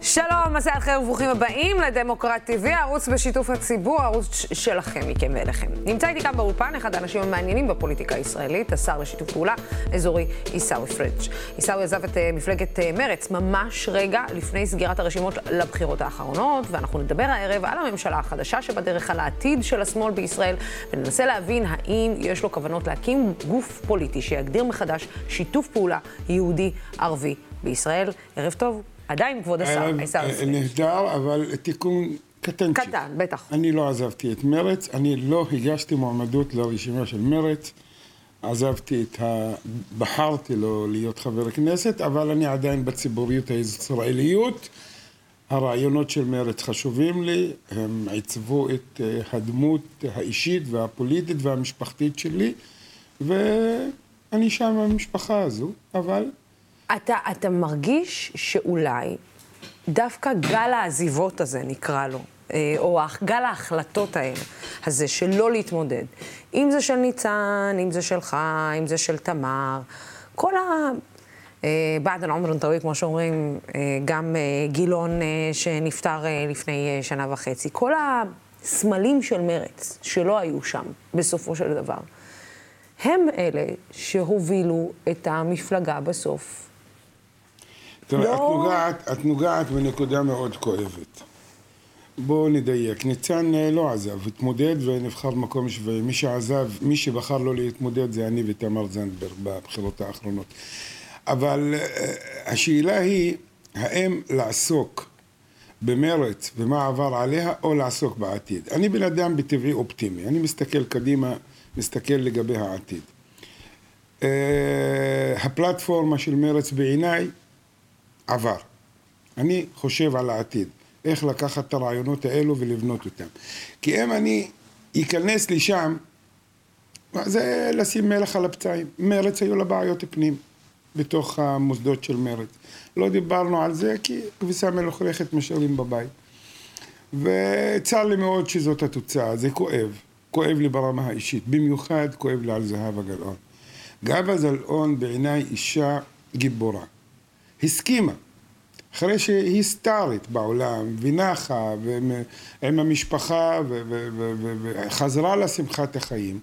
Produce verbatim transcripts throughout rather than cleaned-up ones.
שלום, מסע אחר וברוכים הבאים לדמוקרט טי וי, ערוץ בשיתוף הציבור, ערוץ שלכם, מכם ואליכם. נמצא איתי כאן באולפן אחד האנשים המעניינים בפוליטיקה הישראלית, השר לשיתוף פעולה אזורי עיסאווי פריג'. עיסאווי עזב את מפלגת מרץ ממש רגע לפני סגירת הרשימות לבחירות האחרונות, ואנחנו נדבר הערב על הממשלה החדשה שבדרך, על העתיד של השמאל בישראל, וננסה להבין האם יש לו כוונות להקים גוף פוליטי שיגדיר מחדש שיתוף פעולה יהודי-ערבי בישראל. ערב טוב. עדיין כבוד השר, עיסאווי פריג'. נהדר, אבל תיקון קטנצ'יק. קטן, בטח. אני לא עזבתי את מרץ, אני לא הגשתי מועמדות לרשימה של מרץ, עזבתי את ה... בחרתי לו להיות חבר כנסת, אבל אני עדיין בציבוריות הישראליות. הרעיונות של מרץ חשובים לי, הם עיצבו את הדמות האישית והפוליטית והמשפחתית שלי, ואני שם במשפחה הזו, אבל... אתה, אתה מרגיש שאולי דווקא גל העזיבות הזה, נקרא לו, או גל ההחלטות האלה, הזה שלא להתמודד, אם זה של ניצן, אם זה שלך, אם זה של תמר, כל ה... בעד אל-עומר אל-טווי, כמו שאומרים, גם גילון שנפטר לפני שנה וחצי, כל הסמלים של מרץ שלא היו שם בסופו של דבר, הם אלה שהובילו את המפלגה בסוף. תראה, לא... את, נוגעת, את נוגעת בנקודה מאוד כואבת. בואו נדייק. ניצן לא עזב, התמודד ונבחר מקום שווה. מי שעזב, מי שבחר לא להתמודד זה אני ותמר זנדברג בבחירות האחרונות. אבל השאלה היא, האם לעסוק במרץ ומה עבר עליה, או לעסוק בעתיד. אני בן אדם בטבעי אופטימי. אני מסתכל קדימה, מסתכל לגבי העתיד. הפלטפורמה של מרץ בעיניי, עבר. אני חושב על העתיד, איך לקחת את הרעיונות האלו ולבנות אותם. כי אם אני אכנס לשם, זה לשים מלח על הפצעים. מרץ היו לה בעיות פנים, בתוך המוסדות של מרץ. לא דיברנו על זה, כי כביסה מלוכלכת משאירים בבית. וצר לי מאוד שזאת התוצאה, זה כואב. כואב לי ברמה האישית, במיוחד כואב לי על זהבה גלאון. זהבה גלאון בעיניי אישה גיבורה. הסכימה, אחרי שהיא סטארית בעולם, ונחה, ועם המשפחה, וחזרה לשמחת החיים.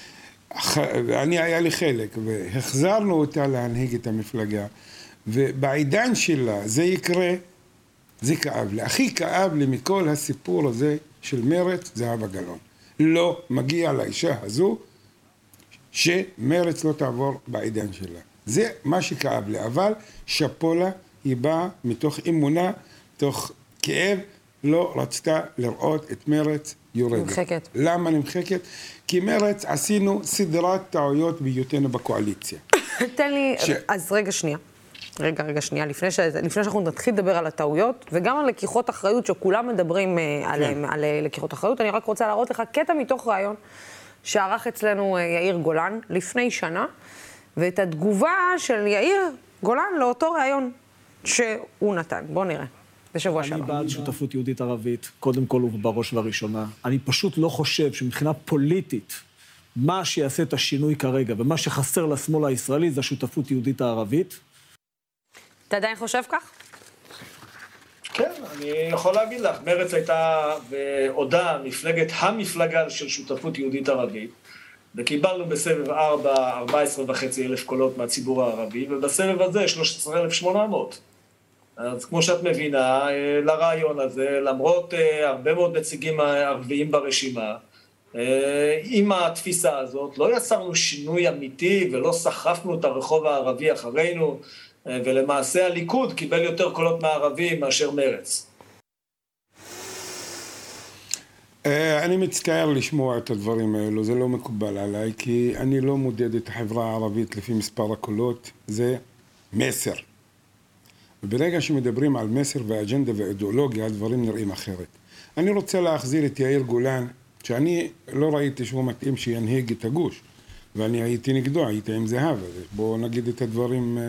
אני היה לי חלק, והחזרנו אותה להנהיג את המפלגה, ובעידן שלה זה יקרה, זה כאב לי. הכי כאב לי מכל הסיפור הזה של מרץ, זהבה גלאון. לא מגיע לאישה הזו, שמרץ לא תעבור בעידן שלה. זה מה שכאב לי, אבל שפולה היא באה מתוך אמונה, מתוך כאב, לא רצתה לראות את מרץ יורדת. נמחקת. למה נמחקת? כי מרץ עשינו סדרת טעויות בהיותנו בקואליציה. תן לי, ש... אז רגע שנייה. רגע, רגע שנייה, לפני, ש... לפני שאנחנו נתחיל לדבר על הטעויות, וגם על לקיחות אחריות שכולם מדברים כן. עליהם, על לקיחות אחריות, אני רק רוצה להראות לך קטע מתוך רעיון שערך אצלנו יאיר גולן לפני שנה, ואת התגובה של יאיר גולן לאותו רעיון שהוא נתן. בואו נראה, בשבוע שעבר. אני בעד שותפות יהודית ערבית, קודם כל ובראש ובראשונה. אני פשוט לא חושב שמבחינה פוליטית, מה שיעשה את השינוי כרגע, ומה שחסר לשמאל הישראלי, זה השותפות יהודית הערבית. אתה עדיין חושב כך? כן, אני יכול להגיד לך, מרץ הייתה ועודה מפלגת המפלגה של שותפות יהודית ערבית, וקיבלנו בסבב ארבע, ארבע עשרה וחצי אלף קולות מהציבור הערבי, ובסבב הזה שלוש עשרה אלף ושמונה מאות. אז כמו שאת מבינה, לרעיון הזה, למרות הרבה מאוד נציגים ערביים ברשימה, עם התפיסה הזאת, לא יצרנו שינוי אמיתי ולא סחפנו את הרחוב הערבי אחרינו, ולמעשה הליכוד קיבל יותר קולות מהערבים מאשר מרץ. אני מצטער לשמוע את הדברים האלו, זה לא מקובל עליי, כי אני לא מודד את החברה הערבית לפי מספר הקולות, זה מסר. וברגע שמדברים על מסר ואג'נדה ואידיאולוגיה, הדברים נראים אחרת. אני רוצה להחזיר את יאיר גולן, שאני לא ראיתי שהוא מתאים שינהיג את הגוש, ואני הייתי נגדו, הייתי עם זהבה, בואו נגיד את הדברים.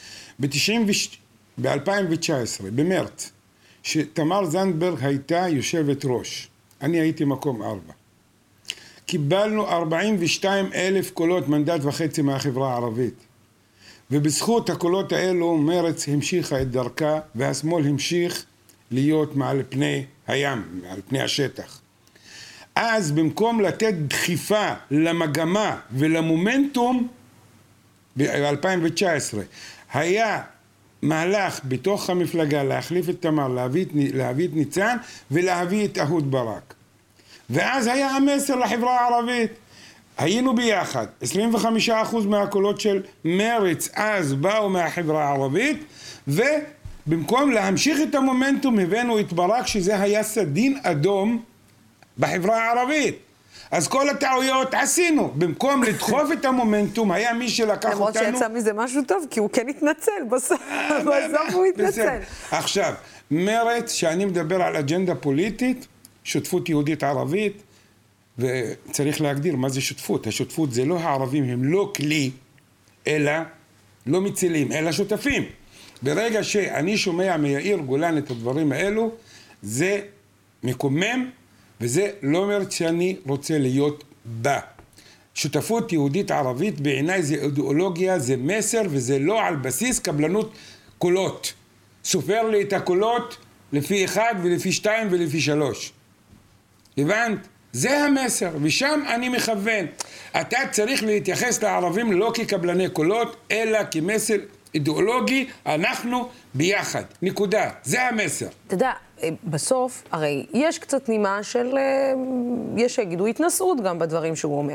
ב-אלפיים תשע עשרה, במרץ, שתמר זנדברג הייתה יושבת ראש, אני הייתי מקום ארבע. קיבלנו ארבעים ושתיים אלף קולות, מנדט וחצי מהחברה הערבית. ובזכות הקולות האלו מרץ המשיכה את דרכה, והשמאל המשיך להיות מעל פני הים, מעל פני השטח. אז במקום לתת דחיפה למגמה ולמומנטום, ב-אלפיים תשע עשרה, היה מהלך בתוך המפלגה להחליף את תמר, להביא, להביא את ניצן ולהביא את אהוד ברק. ואז היה המסר לחברה הערבית. היינו ביחד, עשרים וחמישה אחוז מהקולות של מרץ אז באו מהחברה הערבית, ובמקום להמשיך את המומנטום הבאנו את ברק, שזה היה סדין אדום בחברה הערבית. אז כל הטעויות עשינו. במקום לדחוף את המומנטום, היה מי שלקח אותנו... למרות שיצא מזה משהו טוב, כי הוא כן התנצל, בסוף הוא התנצל. עכשיו, מרץ, שאני מדבר על אג'נדה פוליטית, שותפות יהודית ערבית, וצריך להגדיר מה זה שותפות. השותפות זה לא הערבים, הם לא כלי, אלא לא מצילים, אלא שותפים. ברגע שאני שומע מיאיר גולן את הדברים האלו, זה מקומם, וזה לא אומר שאני רוצה להיות בה. שותפות יהודית ערבית בעיניי זה אידיאולוגיה, זה מסר, וזה לא על בסיס קבלנות קולות. סופר לי את הקולות לפי אחד ולפי שתיים ולפי שלוש. הבנת? זה המסר, ושם אני מכוון. אתה צריך להתייחס לערבים לא כקבלני קולות, אלא כמסר אידיאולוגי, אנחנו ביחד. נקודה. זה המסר. אתה יודע, בסוף, הרי יש קצת נימה של, יש שיגידו התנסות גם בדברים שהוא אומר.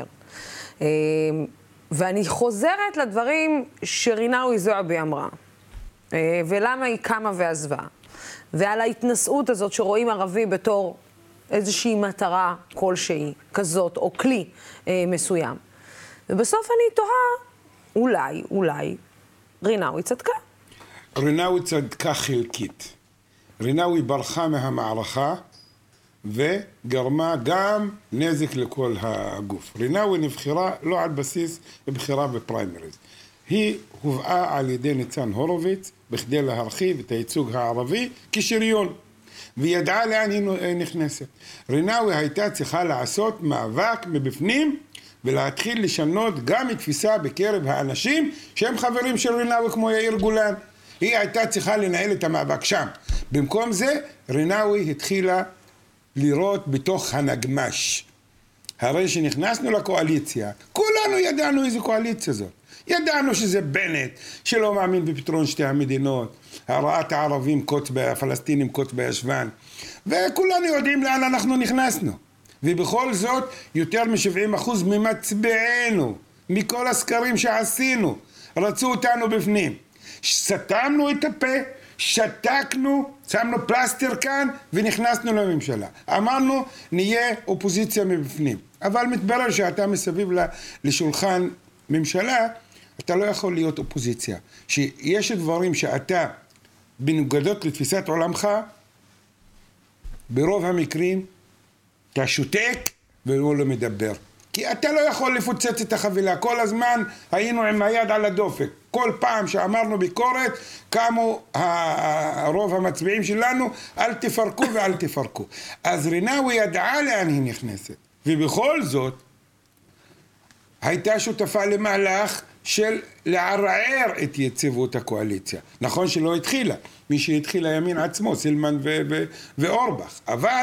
ואני חוזרת לדברים שרינאוי זועבי אמרה, ולמה היא קמה ועזבה, ועל ההתנסות הזאת שרואים ערבי בתור איזושהי מטרה כלשהי, כזאת, או כלי מסוים. ובסוף אני תוהה, אולי, אולי, רינאוי צדקה. רינאוי צדקה חלקית. רינאוי ברחה מהמערכה וגרמה גם נזק לכל הגוף. רינאוי נבחרה לא על בסיס בחירה בפריימריז. היא הובאה על ידי ניצן הורוביץ בכדי להרחיב את הייצוג הערבי כשריון. וידעה לאן היא נכנסת. רינאוי הייתה צריכה לעשות מאבק מבפנים ולהתחיל לשנות גם את תפיסה בקרב האנשים שהם חברים של רינאוי כמו יאיר גולן. היא הייתה צריכה לנהל את המאבק שם. במקום זה, רינאוי התחילה לראות בתוך הנגמש. הרי שנכנסנו לקואליציה, כולנו ידענו איזו קואליציה זאת. ידענו שזה בנט, שלא מאמין בפתרון שתי המדינות, הרעת הערבים קוץ בפלסטינים, קוץ בישבן, וכולנו יודעים לאן אנחנו נכנסנו. ובכל זאת, יותר מ-שבעים אחוז ממצביענו, מכל הסקרים שעשינו, רצו אותנו בפנים. סתמנו את הפה, שתקנו, שמנו פלסטר כאן ונכנסנו לממשלה. אמרנו, נהיה אופוזיציה מבפנים. אבל מתברר שאתה מסביב לשולחן ממשלה, אתה לא יכול להיות אופוזיציה. שיש דברים שאתה בנוגדות לתפיסת עולמך, ברוב המקרים אתה שותק ולא לא מדבר. כי אתה לא יכול לפוצץ את החבילה. כל הזמן היינו עם היד על הדופק. כל פעם שאמרנו ביקורת, קמו הרוב המצביעים שלנו, אל תפרקו ואל תפרקו. אז רינאוי ידעה לאן היא נכנסת. ובכל זאת, הייתה שותפה למהלך של לערער את יציבות הקואליציה. נכון שלא התחילה. מי שהתחיל הימין עצמו, סילמן ו- ו- ואורבך. אבל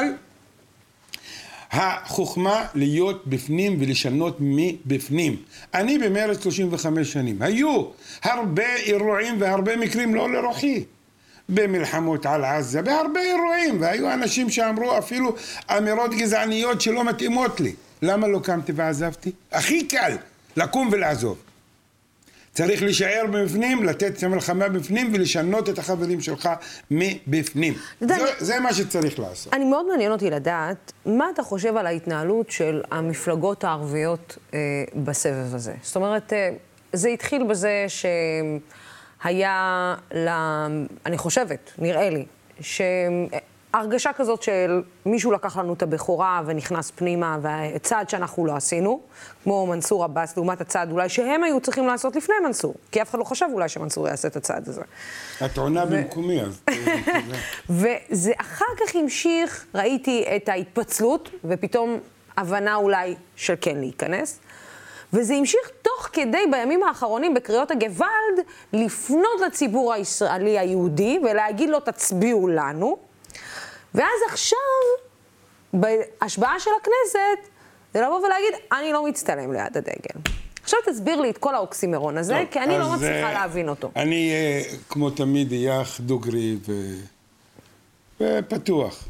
החוכמה להיות בפנים ולשנות מבפנים. אני במרץ שלושים וחמש שנים. היו הרבה אירועים והרבה מקרים לא לרוחי. במלחמות על עזה, בהרבה אירועים. והיו אנשים שאמרו אפילו אמירות גזעניות שלא מתאימות לי. למה לא קמתי ועזבתי? הכי קל לקום ולעזוב. צריך להישאר מבפנים, לתת את המלחמה בפנים ולשנות את החברים שלך מבפנים. זה, זה מה שצריך לעשות. אני מאוד מעניין אותי לדעת, מה אתה חושב על ההתנהלות של המפלגות הערביות אה, בסבב הזה? זאת אומרת, אה, זה התחיל בזה שהיה, לה, אני חושבת, נראה לי, שהרגשה כזאת של מישהו לקח לנו את הבכורה ונכנס פנימה, והצעד שאנחנו לא עשינו, כמו מנסור עבאס, לעומת הצעד אולי שהם היו צריכים לעשות לפני מנסור, כי אף אחד לא חשב אולי שמנסור יעשה את הצעד הזה. את עונה ו... במקומי, אז... וזה אחר כך המשיך, ראיתי את ההתפצלות, ופתאום הבנה אולי של כן להיכנס, וזה המשיך תוך כדי בימים האחרונים בקריאות הגוואלד, לפנות לציבור הישראלי היהודי, ולהגיד לו תצביעו לנו, ואז עכשיו, בהשבעה של הכנסת, זה לבוא ולהגיד, אני לא מצטלם ליד הדגל. עכשיו תסביר לי את כל האוקסימרון הזה, טוב, כי אני לא מצליחה להבין אותו. אני, כמו תמיד, אייך דוגרי ו... ופתוח.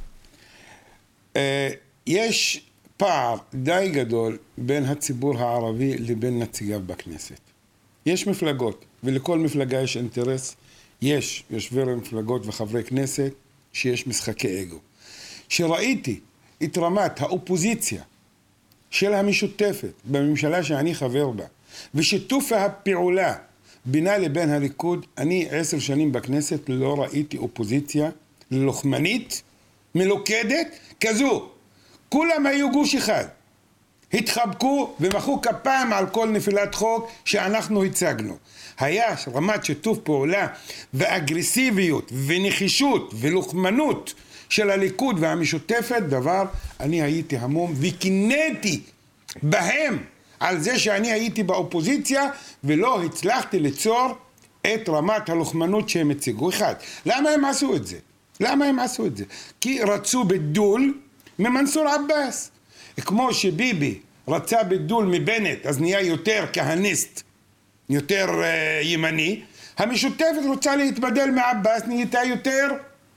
יש פער די גדול בין הציבור הערבי לבין נציגיו בכנסת. יש מפלגות, ולכל מפלגה יש אינטרס. יש יושבי מפלגות וחברי כנסת שיש משחקי אגו. שראיתי את רמת האופוזיציה של המשותפת בממשלה שאני חבר בה, ושיתוף הפעולה בינה לבין הליכוד, אני עשר שנים בכנסת לא ראיתי אופוזיציה לוחמנית, מלוכדת, כזו. כולם היו גוש אחד. התחבקו ומחאו כפיים על כל נפילת חוק שאנחנו הצגנו. היה רמת שיתוף פעולה ואגרסיביות ונחישות ולוחמנות של הליכוד והמשותפת, דבר אני הייתי המום וקינאתי בהם על זה שאני הייתי באופוזיציה ולא הצלחתי ליצור את רמת הלוחמנות שהם הציגו. אחד, למה הם עשו את זה? למה הם עשו את זה? כי רצו בידול ממנסור עבאס. כמו שביבי רצה בידול מבנט, אז נהיה יותר כהניסט, יותר uh, ימני, המשותפת רוצה להתבדל מעבאס, נהייתה יותר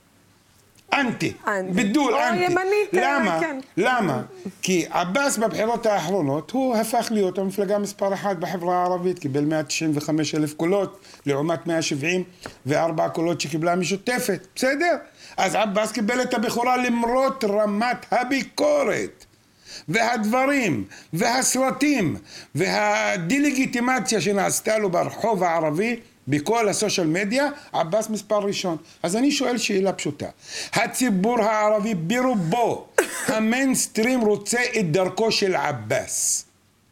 אנטי, בידול אנטי. ימנית, למה? כן. למה? כי עבאס בבחירות האחרונות הוא הפך להיות המפלגה מספר אחת בחברה הערבית, קיבל מאה תשעים וחמישה אלף קולות לעומת מאה שבעים וארבע קולות שקיבלה המשותפת, בסדר? אז עבאס קיבל את הבכורה למרות רמת הביקורת והדברים והסרטים והדלגיטימציה שנעשתה לו ברחוב הערבי בכל הסושיאל מדיה. עבאס מספר ראשון. אז אני שואל שאלה פשוטה, הציבור הערבי ברובו המיינסטרים רוצה את דרכו של עבאס.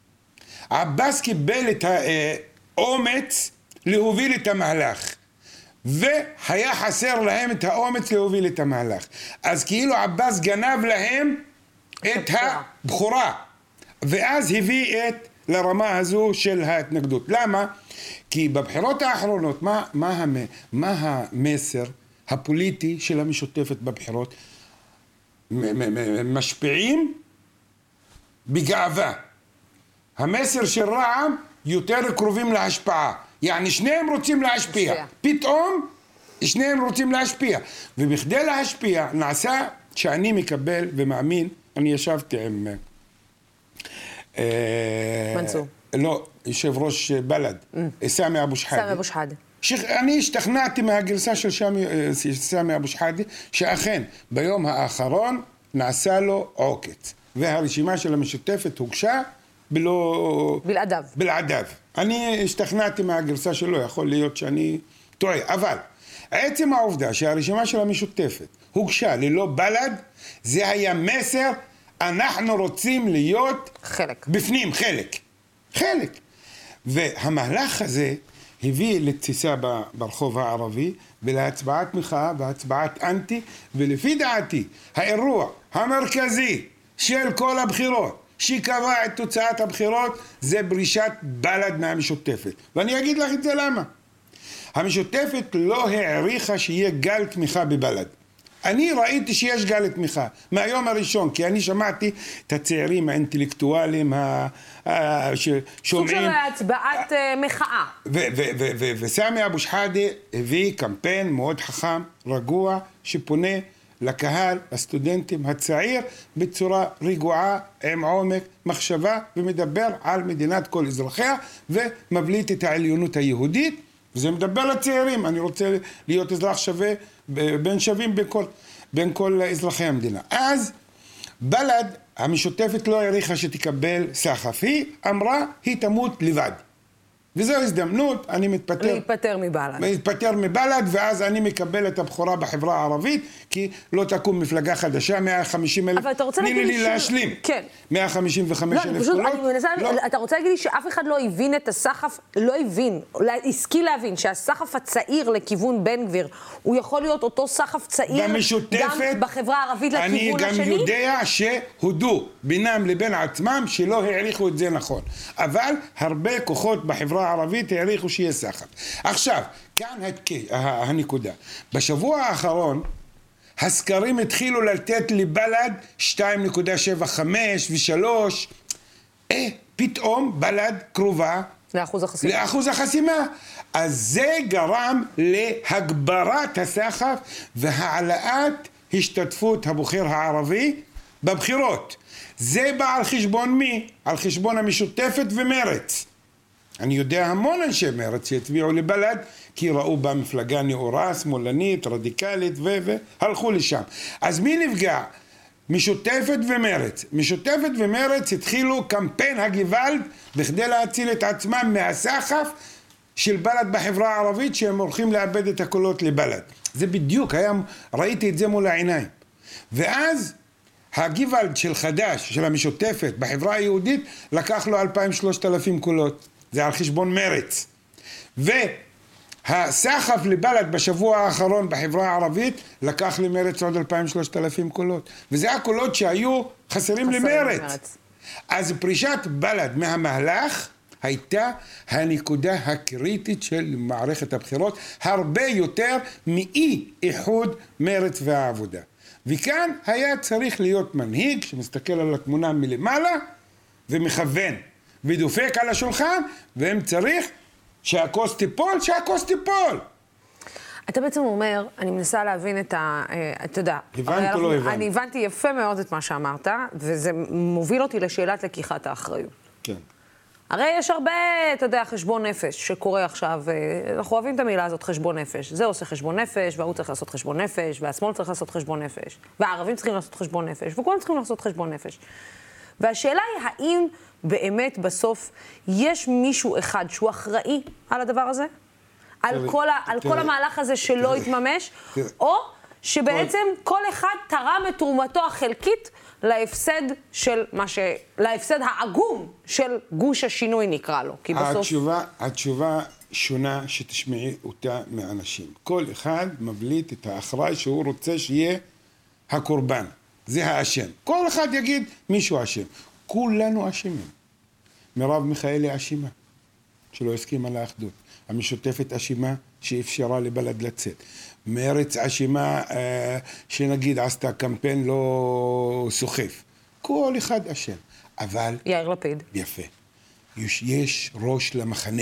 עבאס קיבל את האומץ להוביל את המהלך, והיה חסר להם את האומץ להוביל את המהלך. אז כאילו עבאס גנב להם את הבחורה, ואז הביא את לרמה הזו של ההתנגדות. למה? כי בבחירות האחרונות, מה, מה, מה המסר הפוליטי של המשותפת בבחירות? משפיעים בגאווה. המסר של רע"מ יותר קרובים להשפעה. יעני שניהם רוצים להשפיע. השפיע. פתאום שניהם רוצים להשפיע. ובכדי להשפיע נעשה שאני מקבל ומאמין, אני ישבתי עם מנסור. לא, יושב ראש בל"ד, סמי אבו שחאדה. סמי אבו שחאדה. אני השתכנעתי מהגרסה של סמי אבו שחאדה, שאכן ביום האחרון נעשה לו עוקץ. והרשימה של המשותפת הוגשה בלא... בלעדיו. בלעדיו. אני השתכנעתי מהגרסה שלו, יכול להיות שאני טועה. אבל עצם העובדה שהרשימה של המשותפת הוגשה ללא בל"ד, זה היה מסר, אנחנו רוצים להיות חלק. בפנים, חלק. חלק. והמהלך הזה הביא לתסיסה ברחוב הערבי ולהצבעת מחאה והצבעת אנטי, ולפי דעתי האירוע המרכזי של כל הבחירות שקבע את תוצאת הבחירות זה פרישת בל"ד מהמשותפת. ואני אגיד לך את זה למה. המשותפת לא העריכה שיהיה גל תמיכה בבל"ד. אני ראיתי שיש גל תמיכה מהיום הראשון, כי אני שמעתי את הצעירים האינטלקטואלים ששומעים... סוג של הצבעת מחאה. וסמי אבו שחאדה הביא קמפיין מאוד חכם, רגוע, שפונה לקהל, הסטודנטים הצעיר, בצורה רגועה, עם עומק מחשבה, ומדבר על מדינת כל אזרחיה, ומבליט את העליונות היהודית, וזה מדבר לצעירים, אני רוצה להיות אזרח שווה, בין שווים בין כל, בין כל אזרחי המדינה. אז בל"ד המשותפת לא העריכה שתקבל סחף, היא אמרה היא תמות לבד. וזו הזדמנות, אני מתפטר... להתפטר מבל"ד. להתפטר מבל"ד, ואז אני מקבל את הבכורה בחברה הערבית, כי לא תקום מפלגה חדשה, מאה וחמישים אלף... אבל אתה רוצה להגיד לי... תני לי להשלים. כן. מאה וחמישים וחמישה אלף לא, קולות. אני מנסה... לא. אתה רוצה להגיד לי שאף אחד לא הבין את הסחף, לא הבין, השכיל להבין שהסחף הצעיר לכיוון בן גביר, הוא יכול להיות אותו סחף צעיר במשותפת, גם בחברה הערבית לכיוון השני? אני גם יודע שהודו בינם לבין עצמם שלא העריכו את זה נכון. אבל הרבה כוחות בחברה הערבית העריכו שיהיה סחף. עכשיו, כאן הנקודה. בשבוע האחרון, הסקרים התחילו לתת לבל"ד שתיים נקודה שבע חמש ושלוש, אה, פתאום בל"ד קרובה לאחוז החסימה. לאחוז החסימה. אז זה גרם להגברת הסחף והעלאת השתתפות הבוחר הערבי בבחירות. זה בא על חשבון מי? על חשבון המשותפת ומרץ. אני יודע המון אנשי מרץ שהצביעו לבל"ד כי ראו בה מפלגה נאורה, שמאלנית, רדיקלית והלכו לשם. אז מי נפגע? משותפת ומרץ. משותפת ומרץ התחילו קמפיין הגוואלד בכדי להציל את עצמם מהסחף של בל"ד בחברה הערבית שהם הולכים לאבד את הקולות לבל"ד. זה בדיוק, היה, ראיתי את זה מול העיניים. ואז הגוואלד של חד"ש, של המשותפת בחברה היהודית, לקח לו אלפיים שלושת אלפים קולות. זה על חשבון מרץ. והסחף לבל"ד בשבוע האחרון בחברה הערבית לקח למרץ עוד אלפיים שלושת אלפים קולות. וזה הקולות שהיו חסרים למרץ. למרץ. אז פרישת בל"ד מהמהלך הייתה הנקודה הקריטית של מערכת הבחירות, הרבה יותר מאי איחוד מרץ והעבודה. וכאן היה צריך להיות מנהיג שמסתכל על התמונה מלמעלה ומכוון ודופק על השולחן, והם צריך שהכוס תיפול, שהכוס תיפול. אתה בעצם אומר, אני מנסה להבין את ה... אתה יודע... הבנת או לא הבנת? אני הבנתי יפה מאוד את מה שאמרת, וזה מוביל אותי לשאלת לקיחת האחריות. כן. הרי יש הרבה, אתה יודע, חשבון נפש שקורה עכשיו, אנחנו אוהבים את המילה הזאת, חשבון נפש. זה עושה חשבון נפש, והוא צריך לעשות חשבון נפש, והשמאל צריך לעשות חשבון נפש, והערבים צריכים לעשות חשבון נפש, וכולם צריכים לעשות חשבון נפש. והשאלה היא, האם באמת בסוף יש מישהו אחד שהוא אחראי על הדבר הזה? על כל, ה, על כל המהלך הזה שלא יתממש? או שבעצם כל אחד תרם את תרומתו החלקית להפסד של מה ש... להפסד העגום של גוש השינוי נקרא לו, כי בסוף... התשובה, התשובה שונה שתשמעי אותה מאנשים. כל אחד מבליט את האחראי שהוא רוצה שיהיה הקורבן. זה האשם. כל אחד יגיד מישהו אשם. כולנו אשמים. מרב מיכאלי אשמה, שלא הסכימה לאחדות. המשותפת אשמה שאפשרה לבל"ד לצאת. מרץ אשמה אה, שנגיד עשתה קמפיין לא סוחף. כל אחד אשם. אבל... יאיר לפיד. יפה. יש, יש ראש למחנה.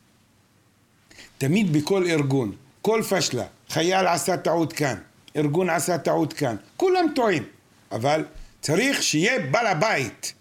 תמיד בכל ארגון, כל פשלה, חייל עשה טעות כאן, ארגון עשה טעות כאן, כולם טועים. אבל צריך שיהיה בעל הבית.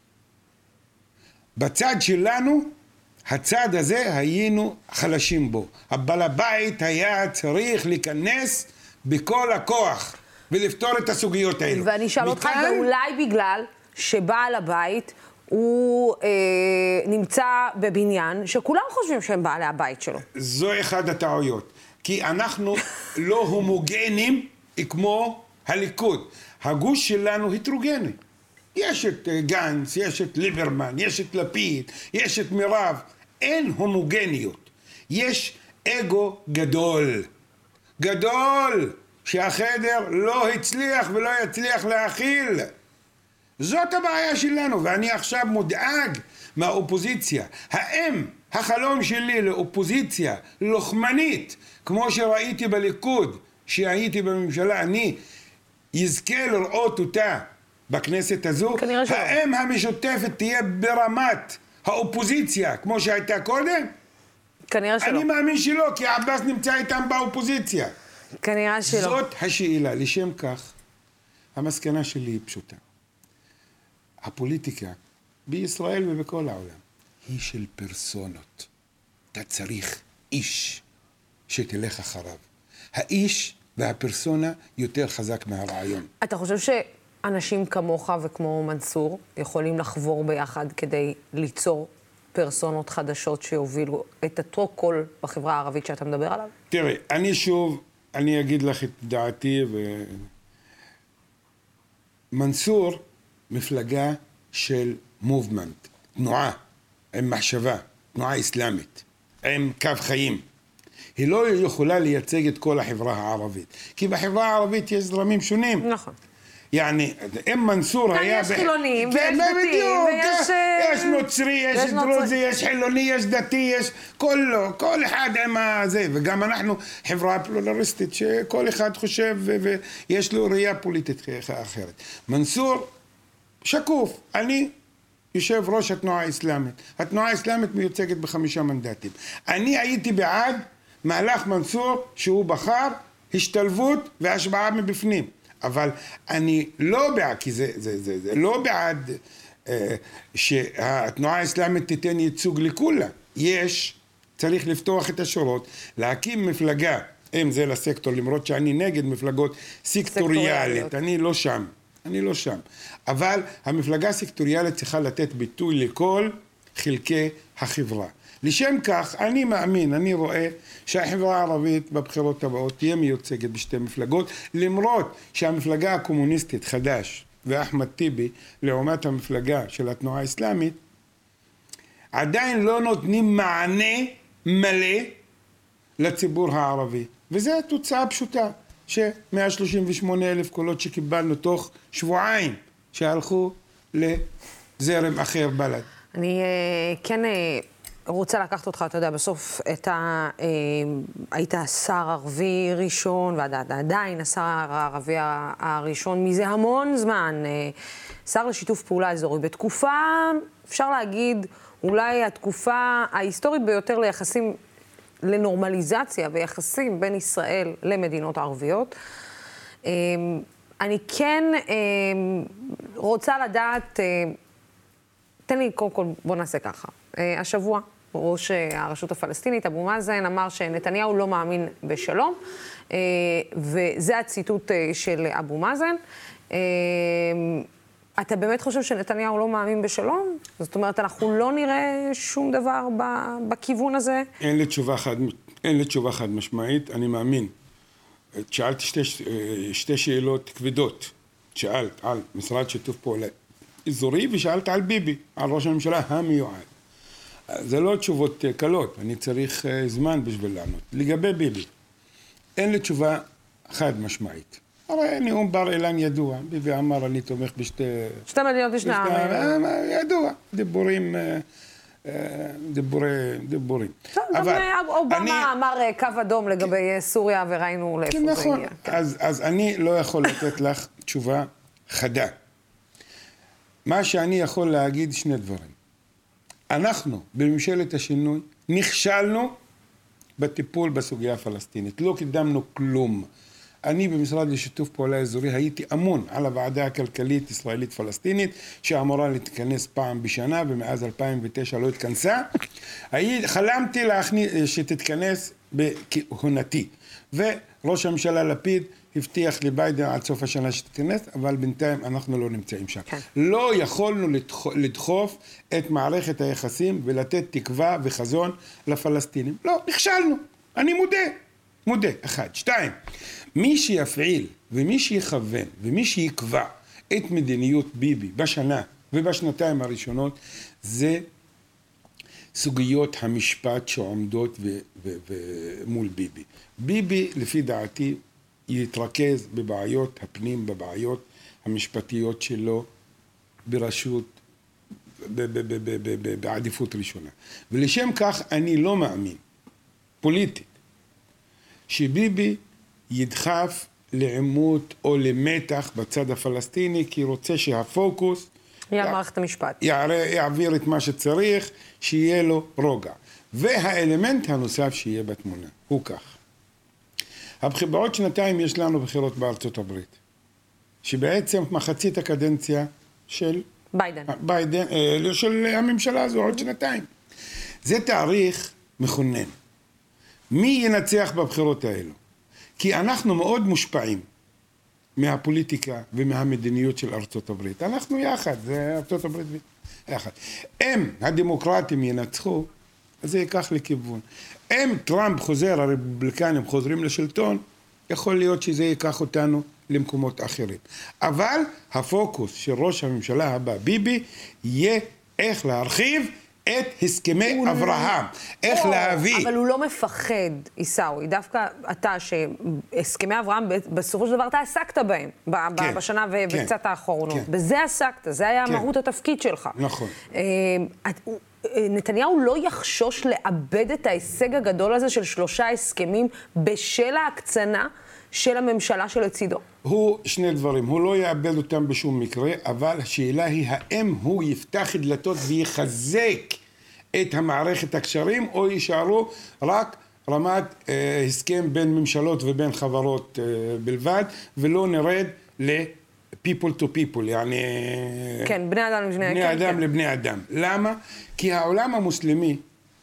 בצד שלנו, הצד הזה היינו חלשים בו. הבעל הבית היה צריך להיכנס בכל הכוח ולפתור את הסוגיות האלו. ואני אשאל אותך, ואולי בגלל שבעל הבית הוא אה, נמצא בבניין שכולם חושבים שהם בעלי הבית שלו. זו אחד הטעויות. כי אנחנו לא הומוגנים כמו הליכוד. הגוש שלנו הטרוגני. יש את גנץ, יש את ליברמן, יש את לפיד, יש את מירב. אין הומוגניות. יש אגו גדול. גדול שהחדר לא הצליח ולא יצליח להכיל. זאת הבעיה שלנו, ואני עכשיו מודאג מהאופוזיציה. האם החלום שלי לאופוזיציה לוחמנית, כמו שראיתי בליכוד, שהייתי בממשלה, אני יזכה לראות אותה בכנסת הזו? האם המשותפת תהיה ברמת האופוזיציה, כמו שהייתה קודם? כנראה שלא. אני מאמין שלא, כי עבאס נמצא איתם באופוזיציה. כנראה שלא. זאת השאלה. לשם כך, המסקנה שלי היא פשוטה. הפוליטיקה בישראל ובכל העולם היא של פרסונות. אתה צריך איש שתלך אחריו. האיש והפרסונה יותר חזק מהרעיון. אתה חושב שאנשים כמוך וכמו מנסור יכולים לחבור ביחד כדי ליצור פרסונות חדשות שיובילו את אותו קול בחברה הערבית שאתה מדבר עליו? תראי, אני שוב, אני אגיד לך את דעתי, ו... מנסור מפלגה של מובמנט, תנועה עם מחשבה, תנועה אסלאמית, עם קו חיים. היא לא יכולה לייצג את כל החברה הערבית, כי בחברה הערבית יש זרמים שונים. נכון. יעני, אם מנסור היה... יש חילונים, ויש כן, דתיים, בדיוק, ויש... יש נוצרי, יש יש דרוזי, נוצרי. יש חילוני, יש דתי, יש כולו, כל אחד עם הזה, וגם אנחנו חברה פלורליסטית, שכל אחד חושב ו- ויש לו ראייה פוליטית אחרת. מנסור, שקוף, אני יושב ראש התנועה האסלאמית. התנועה האסלאמית מיוצגת בחמישה מנדטים. אני הייתי בעד מהלך מנסור שהוא בחר השתלבות והשפעה מבפנים. אבל אני לא בעד, כי זה, זה, זה, זה לא בעד אה, שהתנועה האסלאמית תיתן ייצוג לכולה. יש, צריך לפתוח את השורות, להקים מפלגה, אם זה לסקטור, למרות שאני נגד מפלגות סקטוריאלית, אני לא שם, אני לא שם. אבל המפלגה סקטוריאלית צריכה לתת ביטוי לכל חלקי החברה. לשם כך, אני מאמין, אני רואה שהחברה הערבית בבחירות הבאות תהיה מיוצגת בשתי מפלגות, למרות שהמפלגה הקומוניסטית חד"ש ואחמד טיבי, לעומת המפלגה של התנועה האסלאמית, עדיין לא נותנים מענה מלא לציבור הערבי. וזו התוצאה פשוטה, ש-מאה שלושים ושמונה אלף קולות שקיבלנו תוך שבועיים, שהלכו לזרם אחר בלד. אני כן... רוצה לקחת אותך, אתה יודע, בסוף את ה... אה, היית השר ערבי ראשון, ועדיין השר הערבי הראשון מזה המון זמן, אה, שר לשיתוף פעולה אזורי. בתקופה, אפשר להגיד, אולי התקופה ההיסטורית ביותר ליחסים, לנורמליזציה ויחסים בין ישראל למדינות ערביות. אה, אני כן אה, רוצה לדעת, אה, תן לי קודם כל, בוא נעשה ככה. אה, השבוע, ראש הרשות הפלסטינית, אבו מאזן, אמר שנתניהו לא מאמין בשלום, וזה הציטוט של אבו מאזן. אתה באמת חושב שנתניהו לא מאמין בשלום? זאת אומרת, אנחנו לא נראה שום דבר בכיוון הזה? אין לי תשובה חד, אין לי תשובה חד משמעית, אני מאמין. שאלתי שתי, שתי שאלות כבדות. שאלת על משרד שיתוף פעולה אזורי, ושאלת על ביבי, על ראש הממשלה המיועד. זה לא תשובות קלות, אני צריך זמן בשביל לענות. לגבי ביבי, אין לי תשובה חד משמעית. הרי נאום בר אילן ידוע, ביבי אמר אני תומך בשתי... שתי מדינות בשתי העמים. ידוע, דיבורים, דיבורי, דיבורים. אבל אובמה אמר קו אדום לגבי סוריה וראינו לאיפה זה הגיע. נכון, אז אני לא יכול לתת לך תשובה חדה. מה שאני יכול להגיד שני דברים. אנחנו, בממשלת השינוי, נכשלנו בטיפול בסוגיה הפלסטינית. לא קידמנו כלום. אני במשרד לשיתוף פעולה אזורי הייתי אמון על הוועדה הכלכלית ישראלית-פלסטינית, שאמורה להתכנס פעם בשנה, ומאז אלפיים ותשע לא התכנסה. חלמתי להכניס, שתתכנס בכהונתי. וראש הממשלה לפיד הבטיח לביידן עד סוף השנה שתתכנס, אבל בינתיים אנחנו לא נמצאים שם. כן. לא יכולנו לדחוף את מערכת היחסים ולתת תקווה וחזון לפלסטינים. לא, נכשלנו. אני מודה. מודה. אחד. שתיים. מי שיפעיל ומי שיכוון ומי שיקבע את מדיניות ביבי בשנה ובשנתיים הראשונות, זה סוגיות המשפט שעומדות ו- ו- ו- מול ביבי. ביבי, לפי דעתי, יתרכז בבעיות הפנים, בבעיות המשפטיות שלו, ברשות, ב- ב- ב- ב- ב- ב- בעדיפות ראשונה. ולשם כך אני לא מאמין, פוליטית, שביבי ידחף לעימות או למתח בצד הפלסטיני, כי רוצה שהפוקוס יהיה מערכת המשפט. יעביר את מה שצריך, שיהיה לו רוגע. והאלמנט הנוסף שיהיה בתמונה, הוא כך. בעוד שנתיים יש לנו בחירות בארצות הברית, שבעצם מחצית הקדנציה של ביידן. ביידן, של הממשלה הזו, עוד שנתיים. זה תאריך מכונן. מי ינצח בבחירות האלו? כי אנחנו מאוד מושפעים מהפוליטיקה ומהמדיניות של ארצות הברית. אנחנו יחד, זה ארצות הברית יחד. אם הדמוקרטים ינצחו, אז זה ייקח לכיוון. אם טראמפ חוזר, הרפובליקנים חוזרים לשלטון, יכול להיות שזה ייקח אותנו למקומות אחרים. אבל הפוקוס של ראש הממשלה הבא, ביבי, יהיה איך להרחיב את הסכמי אברהם. איך להביא... אבל הוא לא מפחד, עיסאווי. דווקא אתה, שהסכמי אברהם, בסופו של דבר אתה עסקת בהם, בשנה וקצת האחרונות. בזה עסקת, זה היה מהות התפקיד שלך. נכון. נתניהו לא יחשוש לאבד את ההישג הגדול הזה של שלושה הסכמים בשל ההקצנה של הממשלה שלצידו? הוא שני דברים, הוא לא יאבד אותם בשום מקרה, אבל השאלה היא האם הוא יפתח דלתות ויחזק את המערכת הקשרים, או יישארו רק רמת אה, הסכם בין ממשלות ובין חברות אה, בלבד, ולא נרד ל-people to people, yani... כן, בני אדם לבני אדם. בני אדם כן. לבני אדם. למה? כי העולם המוסלמי,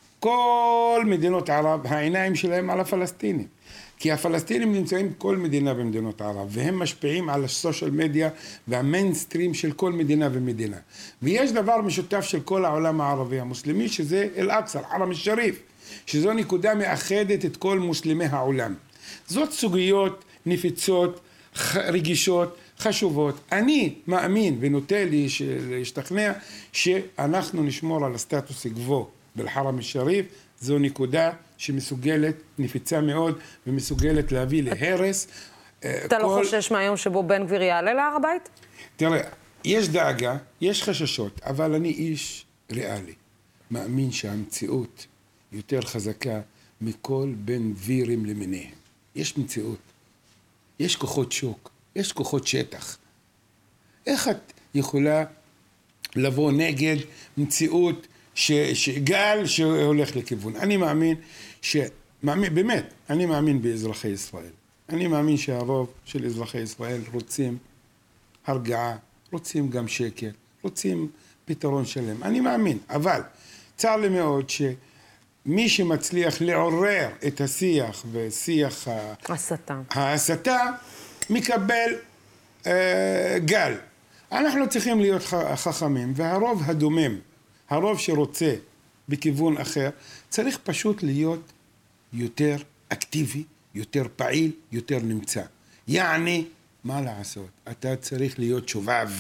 כל מדינות ערב, העיניים שלהם על הפלסטינים. כי הפלסטינים נמצאים בכל מדינה במדינות ערב, והם משפיעים על הסושיאל מדיה והמיינסטרים של כל מדינה ומדינה. ויש דבר משותף של כל העולם הערבי המוסלמי, שזה אל-אקצא, אל-חרם אל-שריף, שזו נקודה מאחדת את כל מוסלמי העולם. זאת סוגיות נפיצות, רגישות, חשובות. אני מאמין ונוטה לי להשתכנע שאנחנו נשמור על הסטטוס קוו באל-חרם אל-שריף. זו נקודה שמסוגלת, נפיצה מאוד, ומסוגלת להביא להרס. אתה לא חושש מהיום שבו בן גביר יעלה להר הבית? תראה, יש דאגה, יש חששות, אבל אני איש ריאלי. מאמין שהמציאות יותר חזקה מכל בן גבירים למיניהם. יש מציאות, יש כוחות שוק, יש כוחות שטח. איך את יכולה לבוא נגד מציאות ש, שגל שהולך לכיוון? אני מאמין ש... מאמין, באמת, אני מאמין באזרחי ישראל. אני מאמין שהרוב של אזרחי ישראל רוצים הרגעה, רוצים גם שקט, רוצים פתרון שלם. אני מאמין, אבל צר לי מאוד שמי שמצליח לעורר את השיח ושיח הסתה, ההסתה מקבל אה, גל. אנחנו צריכים להיות חכמים, והרוב הדומם, הרוב שרוצה בכיוון אחר, צריך פשוט להיות יותר אקטיבי, יותר פעיל, יותר נמצא. יעני, מה לעשות? אתה צריך להיות שובב.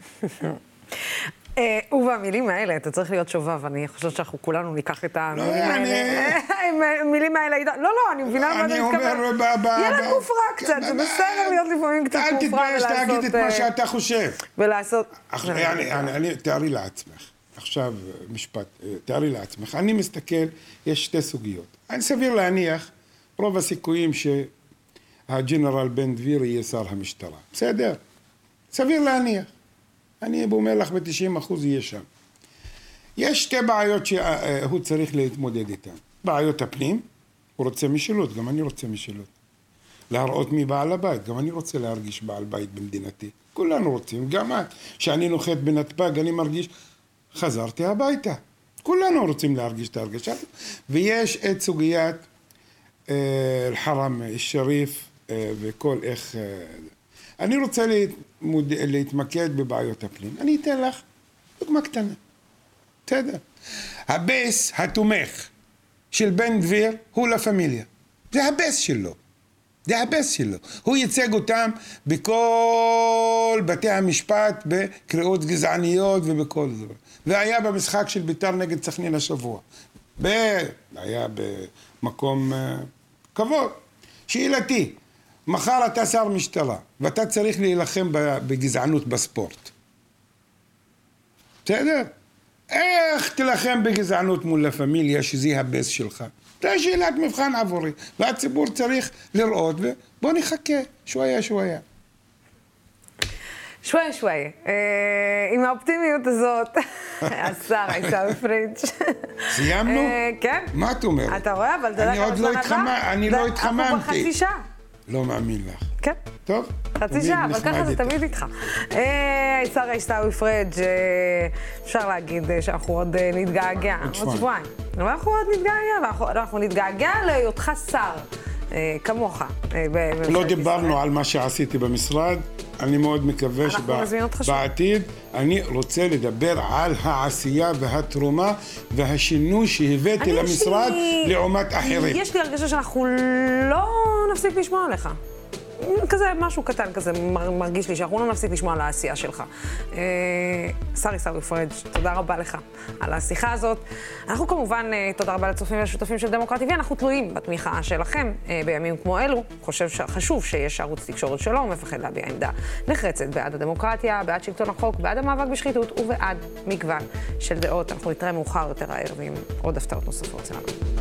ובמילים האלה, אתה צריך להיות שובב. אני חושבת שאנחנו כולנו ניקח את המילים האלה. המילים האלה, לא, לא, אני מבינה מה אתה מתכוון. ילד מופרע קצת, זה בסדר להיות לפעמים קצת מופרע ולעשות... אל תתבייש להגיד את מה שאתה חושב. ולעשות... תארי לעצמך. עכשיו משפט, תארי לעצמך. אני מסתכל, יש שתי סוגיות. אני סביר להניח, רוב הסיכויים שהג'נרל בן גביר יהיה שר המשטרה. בסדר? סביר להניח. אני אומר לך ב-תשעים אחוז יהיה שם. יש שתי בעיות שהוא צריך להתמודד איתן. בעיות הפנים, הוא רוצה משילות, גם אני רוצה משילות. להראות מי בעל הבית, גם אני רוצה להרגיש בעל בית במדינתי. כולנו רוצים, גם את. כשאני נוחת בנתב"ג, אני מרגיש, חזרתי הביתה. כולנו רוצים להרגיש את ההרגשה. ויש את סוגיית אה, אל-חרם אל-שריף אה, וכל איך... אה, אני רוצה להתמוד... להתמקד בבעיות הפנים. אני אתן לך דוגמה קטנה. בסדר. הבייס התומך של בן גביר הוא לה פמיליה. זה הבייס שלו. זה הבייס שלו. הוא ייצג אותם בכל בתי המשפט, בקריאות גזעניות ובכל זה. והיה במשחק של בית"ר נגד סכנין השבוע. ב... היה במקום uh, כבוד. שאלתי, מחר אתה שר משטרה, ואתה צריך להילחם בגזענות בספורט. בסדר? איך תילחם בגזענות מול הפמיליה שזה הבייס שלך? זה שאלת מבחן עבורי, והציבור צריך לראות, ובוא נחכה, שויה שויה. שויה שויה. עם האופטימיות הזאת, השר עיסאווי פריג'. סיימנו? כן. מה את אומרת? אתה רואה, אבל אתה יודע כמה זמן עבר? אני לא התחממתי. אנחנו בחצי שעה. לא מאמין לך. כן. טוב. חצי שעה, אבל ככה זה תמיד איתך. השר עיסאווי פריג', אפשר להגיד שאנחנו עוד נתגעגע. עוד שבועיים. אבל אנחנו עוד נתגעגע, ואנחנו נתגעגע להיותך שר, כמוך. לא דיברנו על מה שעשיתי במשרד. אני מאוד מקווה שבעתיד אני רוצה לדבר על העשייה והתרומה והשינוי שהבאתי למשרד לעומת אחרים. יש לי הרגשה שאנחנו לא נפסיק לשמוע עליך. כזה משהו קטן, כזה מרגיש לי שאנחנו לא נפסיק לשמוע על העשייה שלך. השר עיסאווי פריג', תודה רבה לך על השיחה הזאת. אנחנו כמובן, תודה רבה לצופים ולשותפים של דמוקרט טי וי, אנחנו תלויים בתמיכה שלכם בימים כמו אלו. חושב שחשוב שיש ערוץ תקשורת שלו, הוא מפחד להביע עמדה נחרצת בעד הדמוקרטיה, בעד שלטון החוק, בעד המאבק בשחיתות ובעד מגוון של דעות. אנחנו נתראה מאוחר יותר הערב עם עוד הפתעות נוספות שלנו.